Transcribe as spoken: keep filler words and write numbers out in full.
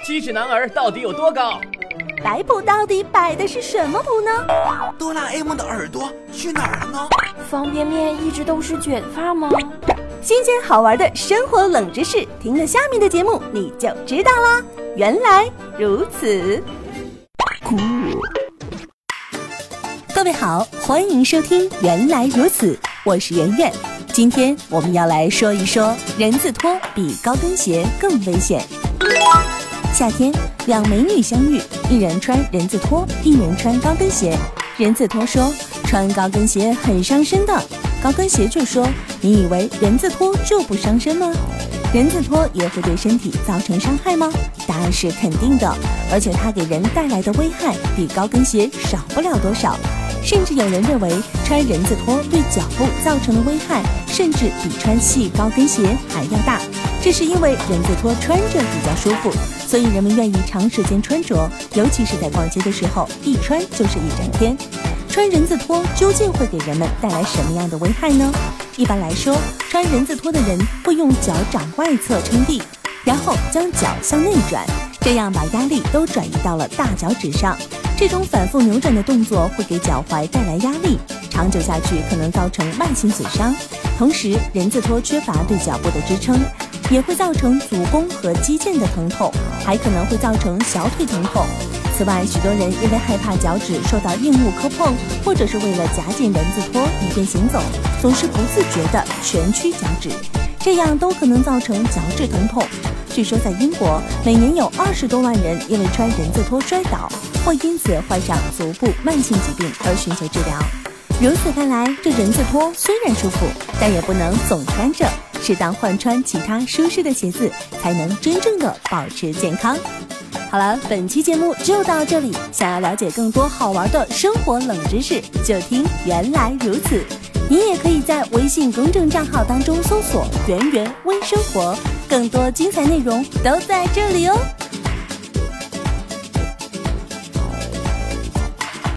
七尺男儿到底有多高？ 摆谱到底摆的是什么谱呢？ 哆啦 A 梦的耳朵去哪儿了呢？ 方便面一直都是卷发吗？ 新鲜好玩的生活冷知识，听了下面的节目你就知道啦。原来如此。各位好，欢迎收听《原来如此》，我是圆圆。今天我们要来说一说人字拖比高跟鞋更危险。夏天，两美女相遇，一人穿人字拖，一人穿高跟鞋。人字拖说穿高跟鞋很伤身的，高跟鞋却说你以为人字拖就不伤身吗？人字拖也会对身体造成伤害吗？答案是肯定的，而且它给人带来的危害比高跟鞋少不了多少。甚至有人认为穿人字拖对脚部造成的危害甚至比穿细高跟鞋还要大，这是因为人字拖穿着比较舒服，所以人们愿意长时间穿着，尤其是在逛街的时候，一穿就是一整天。穿人字拖究竟会给人们带来什么样的危害呢？一般来说，穿人字拖的人会用脚掌外侧撑地，然后将脚向内转，这样把压力都转移到了大脚趾上。这种反复扭转的动作会给脚踝带来压力，长久下去可能造成慢性损伤。同时，人字拖缺乏对脚部的支撑，也会造成足弓和肌腱的疼痛，还可能会造成小腿疼痛。此外，许多人因为害怕脚趾受到硬物磕碰，或者是为了夹紧人字拖以便行走，总是不自觉地蜷曲脚趾，这样都可能造成脚趾疼痛。据说在英国，每年有二十多万人因为穿人字拖摔倒，或因此患上足部慢性疾病而寻求治疗。如此看来，这人字拖虽然舒服，但也不能总穿着，适当换穿其他舒适的鞋子，才能真正的保持健康。好了，本期节目就到这里。想要了解更多好玩的生活冷知识，就听原来如此。你也可以在微信公众账号当中搜索圆圆微生活，更多精彩内容都在这里哦。